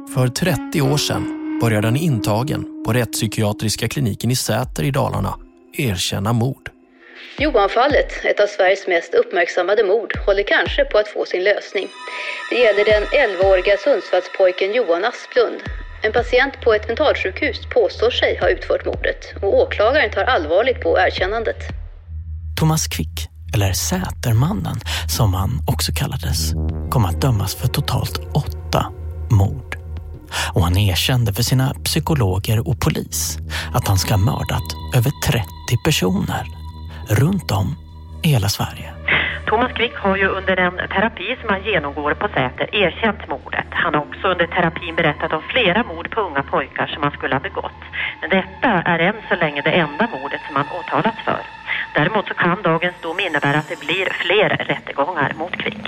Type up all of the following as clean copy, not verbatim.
För 30 år sedan började en intagen på rättspsykiatriska kliniken i Säter i Dalarna erkänna mord. Johan-fallet, ett av Sveriges mest uppmärksammade mord, håller kanske på att få sin lösning. Det gäller den 11-åriga Sundsvallspojken Johan Asplund. En patient på ett mentalsjukhus påstår sig ha utfört mordet och åklagaren tar allvarligt på erkännandet. Thomas Quick, eller Sätermannen som han också kallades, kom att dömas för totalt 8 mord. Och han erkände för sina psykologer och polis att han ska ha mördat över 30 personer runt om i hela Sverige. Thomas Quick har ju under en terapi som han genomgår på Säter erkänt mordet. Han har också under terapin berättat om flera mord på unga pojkar som han skulle ha begått. Men detta är än så länge det enda mordet som han åtalats för. Däremot så kan dagens dom innebära att det blir fler rättegångar mot Quick.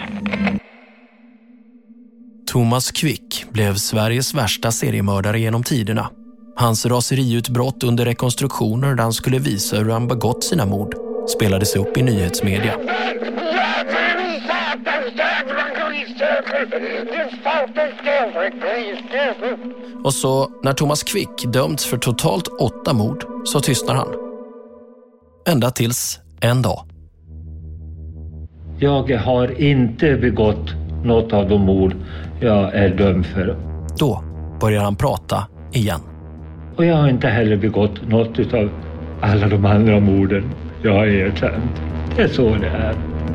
Thomas Quick blev Sveriges värsta seriemördare genom tiderna. Hans raseriutbrott under rekonstruktioner där han skulle visa hur han begått sina mord spelades upp i nyhetsmedia. Och så när Thomas Quick dömts för totalt 8 mord så tystnar han. Ända tills en dag. Jag har inte begått något av de mord jag är dömd för. Då börjar han prata igen. Och jag har inte heller begått något av alla de andra morden jag har erkänt. Det är så det är.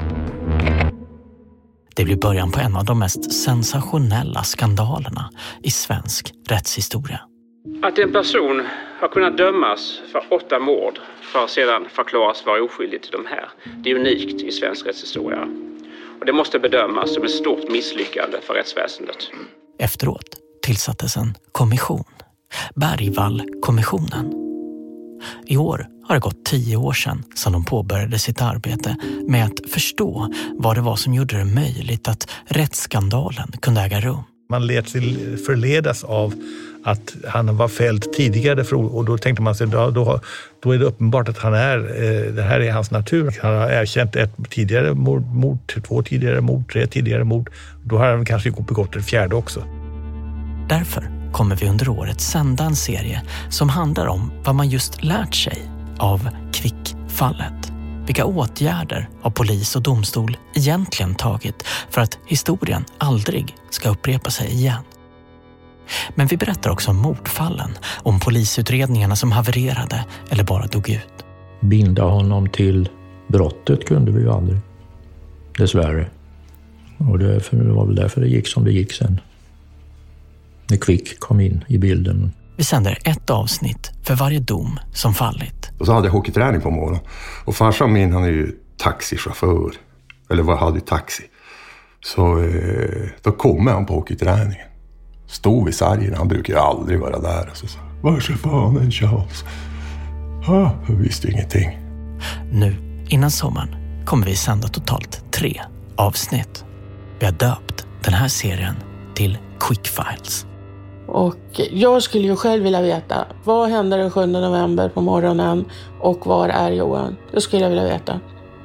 Det blir början på en av de mest sensationella skandalerna i svensk rättshistoria. Att en person har kunnat dömas för 8 mord för att sedan förklaras vara oskyldig till de här, det är unikt i svensk rättshistoria. Och det måste bedömas som ett stort misslyckande för rättsväsendet. Efteråt tillsattes en kommission, Bergvall-kommissionen. I år har det gått 10 år sedan de påbörjade sitt arbete med att förstå vad det var som gjorde det möjligt att rättsskandalen kunde äga rum. Man lät sig förledas av att han var fälld tidigare och då tänkte man sig då är det uppenbart att det här är hans natur. Han har erkänt ett tidigare mord, 2 tidigare mord, 3 tidigare mord. Då har han kanske begått ett 4:e också. Därför kommer vi under året sända en serie som handlar om vad man just lärt sig av Quick-fallet. Vilka åtgärder har polis och domstol egentligen tagit för att historien aldrig ska upprepa sig igen? Men vi berättar också om mordfallen, om polisutredningarna som havererade eller bara dog ut. Binda honom till brottet kunde vi ju aldrig, dessvärre. Och det var väl därför det gick som det gick sen. När Quick kom in i bilden. Vi sänder ett avsnitt för varje dom som fallit. Och så hade jag hockeyträning på morgonen. Och farsan min, han är ju taxichaufför. Eller hade taxi. Så då kom han på hockeyträningen. Stod vid sargen, han brukar ju aldrig vara där. Och så sa, var så fan en Charles? Jag visste ingenting. Nu, innan sommaren, kommer vi sända totalt 3 avsnitt. Vi har döpt den här serien till Quick Files. Och jag skulle ju själv vilja veta, vad hände den 7 november på morgonen och var är Johan? Det skulle jag vilja veta.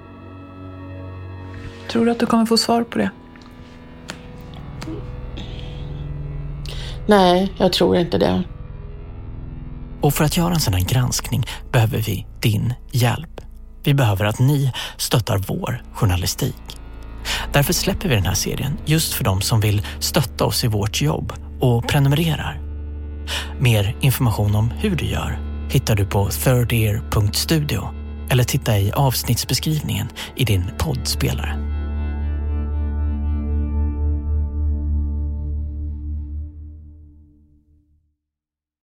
Tror du att du kommer få svar på det? Nej, jag tror inte det. Och för att göra en sån här granskning behöver vi din hjälp. Vi behöver att ni stöttar vår journalistik. Därför släpper vi den här serien just för de som vill stötta oss i vårt jobb och prenumererar. Mer information om hur du gör hittar du på thirdear.studio eller titta i avsnittsbeskrivningen i din poddspelare.